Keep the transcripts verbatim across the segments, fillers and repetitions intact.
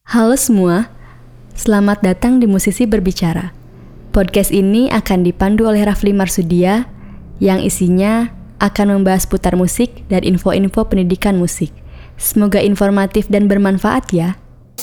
Halo semua, selamat datang di Musisi Berbicara. Podcast ini akan dipandu oleh Rafli Marsudia yang isinya akan membahas putar musik dan info-info pendidikan musik. Semoga informatif dan bermanfaat ya.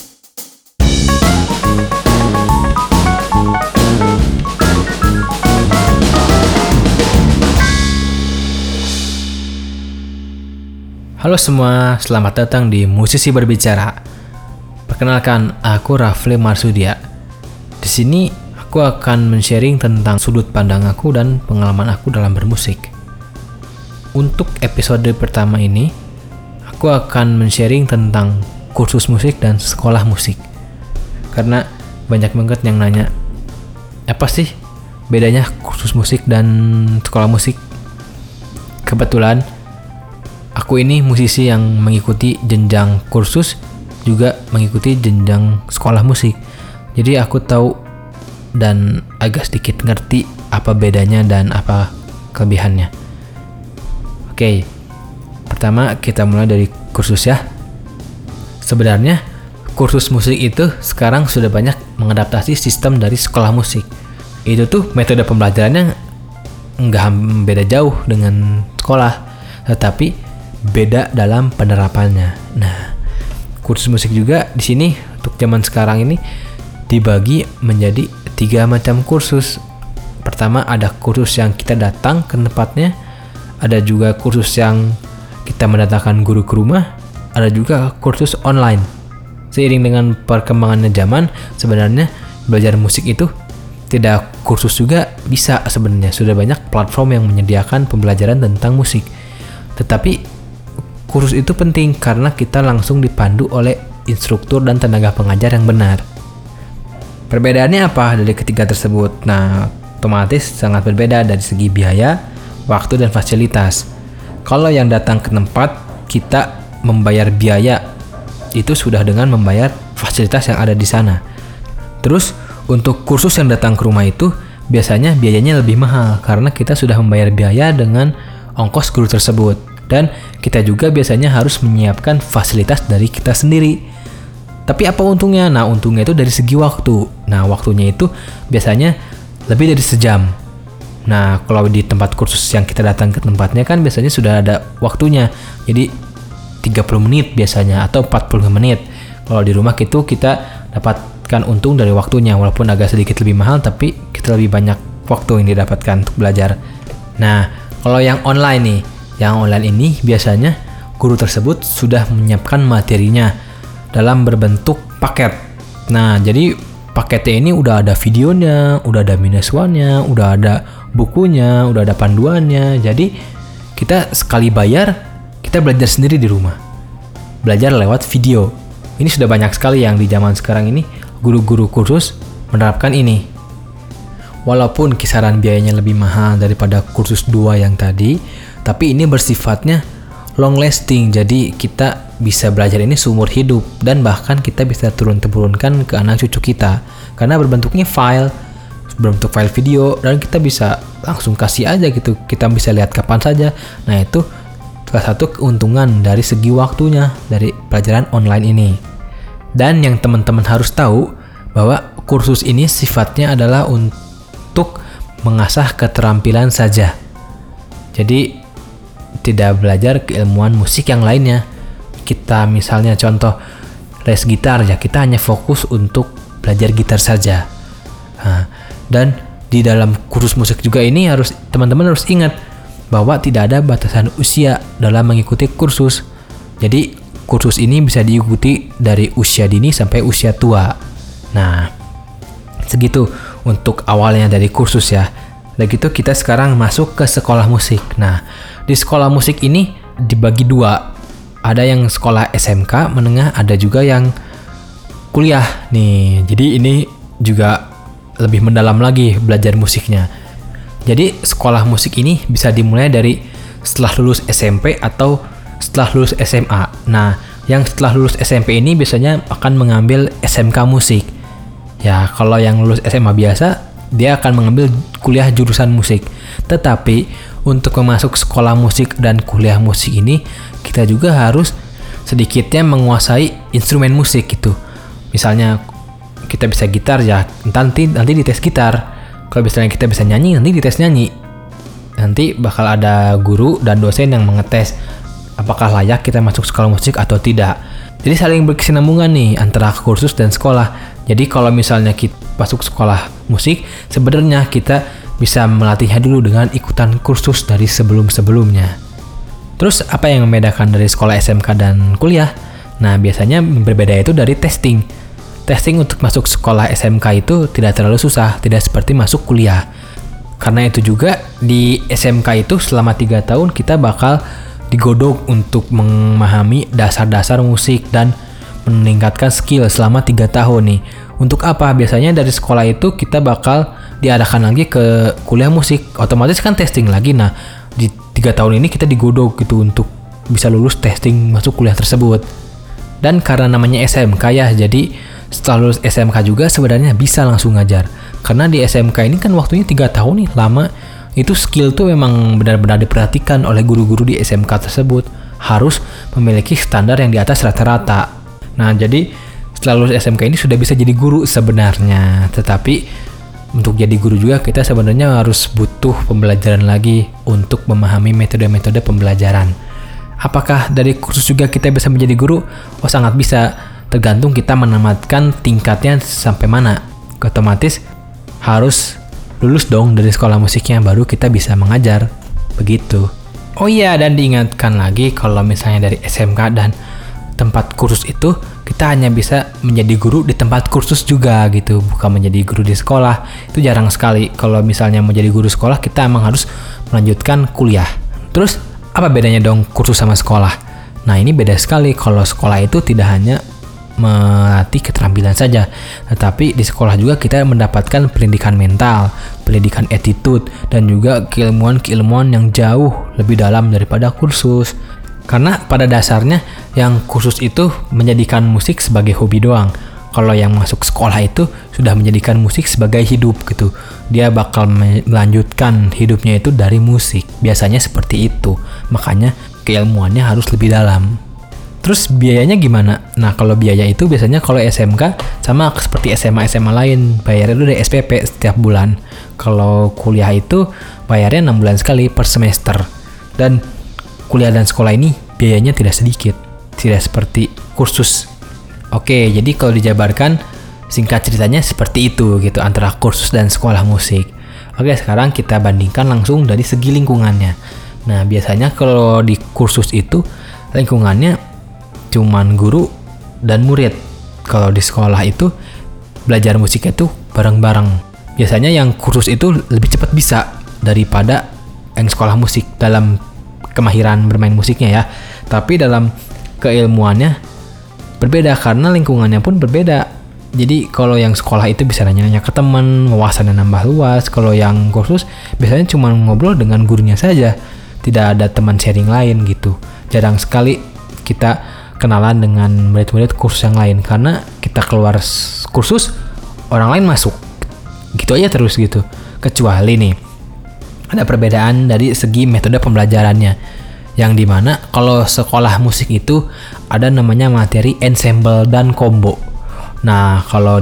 Halo semua, selamat datang di Musisi Berbicara. Perkenalkan, aku Rafli Marsudia. Di sini aku akan men-sharing tentang sudut pandang aku dan pengalaman aku dalam bermusik. Untuk episode pertama ini, aku akan men-sharing tentang kursus musik dan sekolah musik. Karena banyak banget yang nanya, apa sih bedanya kursus musik dan sekolah musik? Kebetulan aku ini musisi yang mengikuti jenjang kursus, juga mengikuti jenjang sekolah musik. Jadi aku tahu dan agak sedikit ngerti apa bedanya dan apa kelebihannya. Oke, pertama kita mulai dari kursus ya. Sebenarnya kursus musik itu sekarang sudah banyak mengadaptasi sistem dari sekolah musik. Itu tuh metode pembelajarannya nggak beda jauh dengan sekolah, tetapi beda dalam penerapannya. Nah, kursus musik juga di sini untuk zaman sekarang ini dibagi menjadi tiga macam kursus. Pertama ada kursus yang kita datang ke tempatnya, ada juga kursus yang kita mendatangkan guru ke rumah, ada juga kursus online. Seiring dengan perkembangannya zaman, sebenarnya belajar musik itu tidak kursus juga bisa sebenarnya. Sudah banyak platform yang menyediakan pembelajaran tentang musik. Tetapi kursus itu penting karena kita langsung dipandu oleh instruktur dan tenaga pengajar yang benar. Perbedaannya apa dari ketiga tersebut? Nah, otomatis sangat berbeda dari segi biaya, waktu, dan fasilitas. Kalau yang datang ke tempat, kita membayar biaya, itu sudah dengan membayar fasilitas yang ada di sana. Terus, untuk kursus yang datang ke rumah itu, biasanya biayanya lebih mahal karena kita sudah membayar biaya dengan ongkos guru tersebut. Dan kita juga biasanya harus menyiapkan fasilitas dari kita sendiri. Tapi apa untungnya? Nah, untungnya itu dari segi waktu. Nah, waktunya itu biasanya lebih dari sejam. Nah, kalau di tempat kursus yang kita datang ke tempatnya kan biasanya sudah ada waktunya. Jadi tiga puluh menit biasanya atau empat puluh menit. Kalau di rumah itu kita dapatkan untung dari waktunya. Walaupun agak sedikit lebih mahal, tapi kita lebih banyak waktu yang didapatkan untuk belajar. Nah, kalau yang online nih, Yang online ini biasanya guru tersebut sudah menyiapkan materinya dalam berbentuk paket. Nah, jadi paketnya ini udah ada videonya, udah ada minuswannya, udah ada bukunya, udah ada panduannya. Jadi kita sekali bayar, kita belajar sendiri di rumah. Belajar lewat video. Ini sudah banyak sekali yang di zaman sekarang ini guru-guru kursus menerapkan ini. Walaupun kisaran biayanya lebih mahal daripada kursus dua yang tadi, tapi ini bersifatnya long lasting, jadi kita bisa belajar ini seumur hidup dan bahkan kita bisa turun-temurunkan ke anak cucu kita karena berbentuknya file, berbentuk file video dan kita bisa langsung kasih aja gitu, kita bisa lihat kapan saja. Nah, itu salah satu keuntungan dari segi waktunya dari pelajaran online ini. Dan yang teman-teman harus tahu bahwa kursus ini sifatnya adalah untuk mengasah keterampilan saja. Jadi tidak belajar keilmuan musik yang lainnya. Kita misalnya contoh les gitar ya, kita hanya fokus untuk belajar gitar saja. Nah, dan di dalam kursus musik juga ini harus teman-teman harus ingat bahwa tidak ada batasan usia dalam mengikuti kursus. Jadi kursus ini bisa diikuti dari usia dini sampai usia tua. Nah, segitu untuk awalnya dari kursus ya. Dan gitu kita sekarang masuk ke sekolah musik. Nah, di sekolah musik ini dibagi dua. Ada yang sekolah S M K menengah, ada juga yang kuliah nih. Jadi ini juga lebih mendalam lagi belajar musiknya. Jadi sekolah musik ini bisa dimulai dari setelah lulus S M P atau setelah lulus S M A. Nah, yang setelah lulus S M P ini biasanya akan mengambil S M K musik. Ya, kalau yang lulus S M A biasa, dia akan mengambil kuliah jurusan musik. Tetapi untuk memasuk sekolah musik dan kuliah musik ini, kita juga harus sedikitnya menguasai instrumen musik gitu. Misalnya kita bisa gitar ya nanti nanti di tes gitar. Kalau misalnya kita bisa nyanyi nanti di tes nyanyi. Nanti bakal ada guru dan dosen yang mengetes apakah layak kita masuk sekolah musik atau tidak. Jadi saling berkesinambungan nih antara kursus dan sekolah. Jadi kalau misalnya kita masuk sekolah musik, sebenarnya kita bisa melatihnya dulu dengan ikutan kursus dari sebelum-sebelumnya. Terus apa yang membedakan dari sekolah S M K dan kuliah? Nah, biasanya berbeda itu dari testing. Testing untuk masuk sekolah S M K itu tidak terlalu susah, tidak seperti masuk kuliah. Karena itu juga di S M K itu selama tiga tahun kita bakal digodok untuk memahami dasar-dasar musik dan meningkatkan skill selama tiga tahun nih. Untuk apa? Biasanya dari sekolah itu kita bakal diarahkan lagi ke kuliah musik. Otomatis kan testing lagi. Nah, di tiga tahun ini kita digodok gitu untuk bisa lulus testing masuk kuliah tersebut. Dan karena namanya S M K ya, jadi setelah lulus S M K juga sebenarnya bisa langsung ngajar. Karena di S M K ini kan waktunya tiga tahun nih, lama. Itu skill tuh memang benar-benar diperhatikan oleh guru-guru di S M K tersebut. Harus memiliki standar yang di atas rata-rata. Nah, jadi setelah lulus S M K ini sudah bisa jadi guru sebenarnya. Tetapi untuk jadi guru juga kita sebenarnya harus butuh pembelajaran lagi untuk memahami metode-metode pembelajaran. Apakah dari kursus juga kita bisa menjadi guru? Oh, sangat bisa. Tergantung kita menamatkan tingkatnya sampai mana. Otomatis harus lulus dong dari sekolah musiknya baru kita bisa mengajar. Begitu. Oh iya, dan diingatkan lagi kalau misalnya dari S M K dan tempat kursus itu kita hanya bisa menjadi guru di tempat kursus juga gitu, bukan menjadi guru di sekolah. Itu jarang sekali. Kalau misalnya menjadi guru sekolah kita emang harus melanjutkan kuliah. Terus apa bedanya dong kursus sama sekolah? Nah, ini beda sekali. Kalau sekolah itu tidak hanya melatih keterampilan saja, tetapi di sekolah juga kita mendapatkan pendidikan mental, pendidikan attitude, dan juga keilmuan-keilmuan yang jauh lebih dalam daripada kursus. Karena pada dasarnya yang kursus itu menjadikan musik sebagai hobi doang. Kalau yang masuk sekolah itu sudah menjadikan musik sebagai hidup gitu. Dia bakal melanjutkan hidupnya itu dari musik. Biasanya seperti itu. Makanya keilmuannya harus lebih dalam. Terus biayanya gimana? Nah, kalau biaya itu biasanya kalau S M K sama seperti S M A S M A lain, bayarnya itu dari S P P setiap bulan. Kalau kuliah itu bayarnya enam bulan sekali per semester. Dan kuliah dan sekolah ini biayanya tidak sedikit, tidak seperti kursus. Oke, jadi kalau dijabarkan singkat ceritanya seperti itu gitu antara kursus dan sekolah musik. Oke, sekarang kita bandingkan langsung dari segi lingkungannya. Nah, biasanya kalau di kursus itu lingkungannya cuman guru dan murid. Kalau di sekolah itu belajar musiknya itu bareng-bareng. Biasanya yang kursus itu lebih cepat bisa daripada yang sekolah musik dalam kemahiran bermain musiknya ya. Tapi dalam keilmuannya berbeda karena lingkungannya pun berbeda. Jadi kalau yang sekolah itu bisa nanya-nanya ke teman, wawasannya nambah luas. Kalau yang kursus biasanya cuma ngobrol dengan gurunya saja. Tidak ada teman sharing lain gitu. Jarang sekali kita kenalan dengan murid-murid kursus yang lain karena kita keluar kursus orang lain masuk. Gitu aja terus gitu. Kecuali nih ada perbedaan dari segi metode pembelajarannya, yang dimana kalau sekolah musik itu ada namanya materi ensemble dan combo. Nah, kalau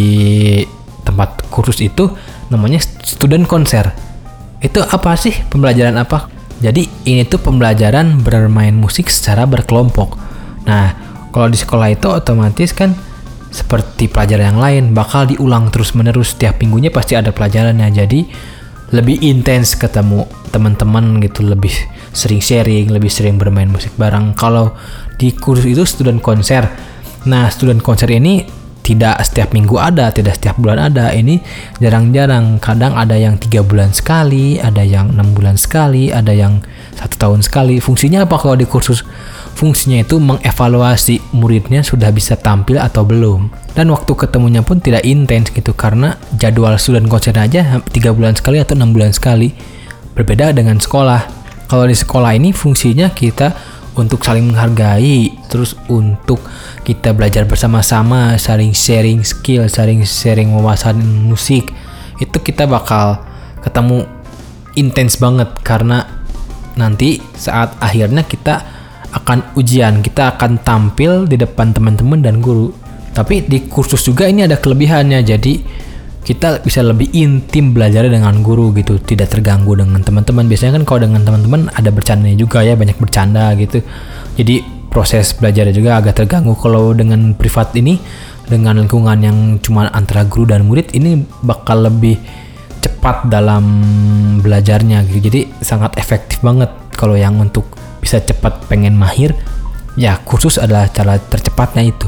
di tempat kursus itu namanya student konser. Itu apa sih? Pembelajaran apa? Jadi ini tuh pembelajaran bermain musik secara berkelompok. Nah, kalau di sekolah itu otomatis kan seperti pelajaran yang lain bakal diulang terus-menerus, setiap minggunya pasti ada pelajarannya. Jadi lebih intens ketemu teman-teman gitu, lebih sering sharing, lebih sering bermain musik bareng. Kalau di kursus itu student konser. Nah, student konser ini tidak setiap minggu ada, tidak setiap bulan ada. Ini jarang-jarang. Kadang ada yang tiga bulan sekali, ada yang enam bulan sekali, ada yang satu tahun sekali. Fungsinya apa kalau di kursus? Fungsinya itu mengevaluasi muridnya sudah bisa tampil atau belum. Dan waktu ketemunya pun tidak intens gitu, karena jadwal student konser aja tiga bulan sekali atau enam bulan sekali. Berbeda dengan sekolah. Kalau di sekolah ini fungsinya kita untuk saling menghargai, terus untuk kita belajar bersama-sama, saling sharing skill, saling sharing wawasan musik. Itu kita bakal ketemu intens banget, karena nanti saat akhirnya kita akan ujian, kita akan tampil di depan teman-teman dan guru. Tapi di kursus juga ini ada kelebihannya, jadi kita bisa lebih intim belajar dengan guru gitu, tidak terganggu dengan teman-teman. Biasanya kan kalau dengan teman-teman ada bercandanya juga ya, banyak bercanda gitu. Jadi proses belajarnya juga agak terganggu. Kalau dengan privat ini, dengan lingkungan yang cuma antara guru dan murid, ini bakal lebih cepat dalam belajarnya gitu. Jadi sangat efektif banget. Kalau yang untuk bisa cepat pengen mahir, ya kursus adalah cara tercepatnya itu.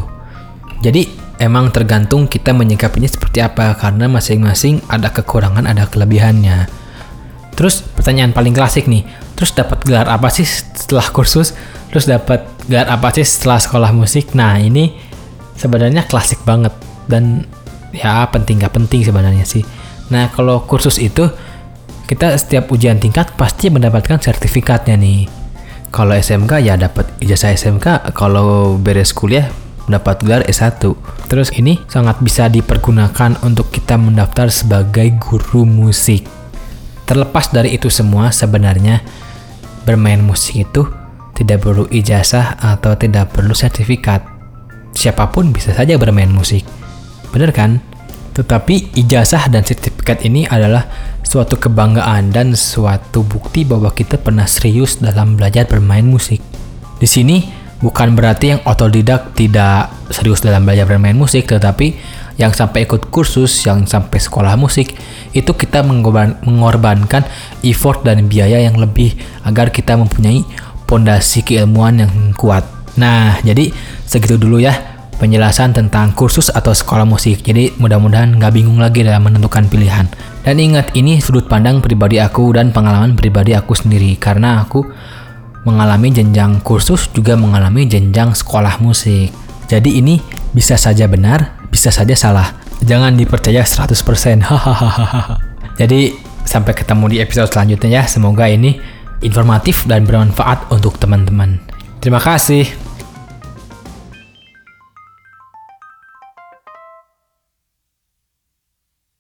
Jadi emang tergantung kita menyikapinya seperti apa, karena masing-masing ada kekurangan, ada kelebihannya. Terus pertanyaan paling klasik nih, terus dapat gelar apa sih setelah kursus? Terus dapat gelar apa sih setelah sekolah musik? Nah ini sebenarnya klasik banget dan ya penting gak penting sebenarnya sih. Nah kalau kursus itu kita setiap ujian tingkat pasti mendapatkan sertifikatnya nih. Kalau S M K ya dapat ijazah S M K, kalau beres kuliah mendapat gelar S satu. Terus ini sangat bisa dipergunakan untuk kita mendaftar sebagai guru musik. Terlepas dari itu semua, sebenarnya bermain musik itu tidak perlu ijazah atau tidak perlu sertifikat. Siapapun bisa saja bermain musik. Bener kan? Tetapi ijazah dan sertifikat ini adalah suatu kebanggaan dan suatu bukti bahwa kita pernah serius dalam belajar bermain musik. Di sini bukan berarti yang otodidak tidak serius dalam belajar bermain musik, tetapi yang sampai ikut kursus, yang sampai sekolah musik, itu kita mengorban, mengorbankan effort dan biaya yang lebih agar kita mempunyai pondasi keilmuan yang kuat. Nah, jadi segitu dulu ya penjelasan tentang kursus atau sekolah musik. Jadi mudah-mudahan gak bingung lagi dalam menentukan pilihan. Dan ingat, ini sudut pandang pribadi aku dan pengalaman pribadi aku sendiri, karena aku mengalami jenjang kursus juga mengalami jenjang sekolah musik. Jadi ini bisa saja benar, bisa saja salah. Jangan dipercaya seratus persen. Hahaha. Jadi sampai ketemu di episode selanjutnya ya. Semoga ini informatif dan bermanfaat untuk teman-teman. Terima kasih.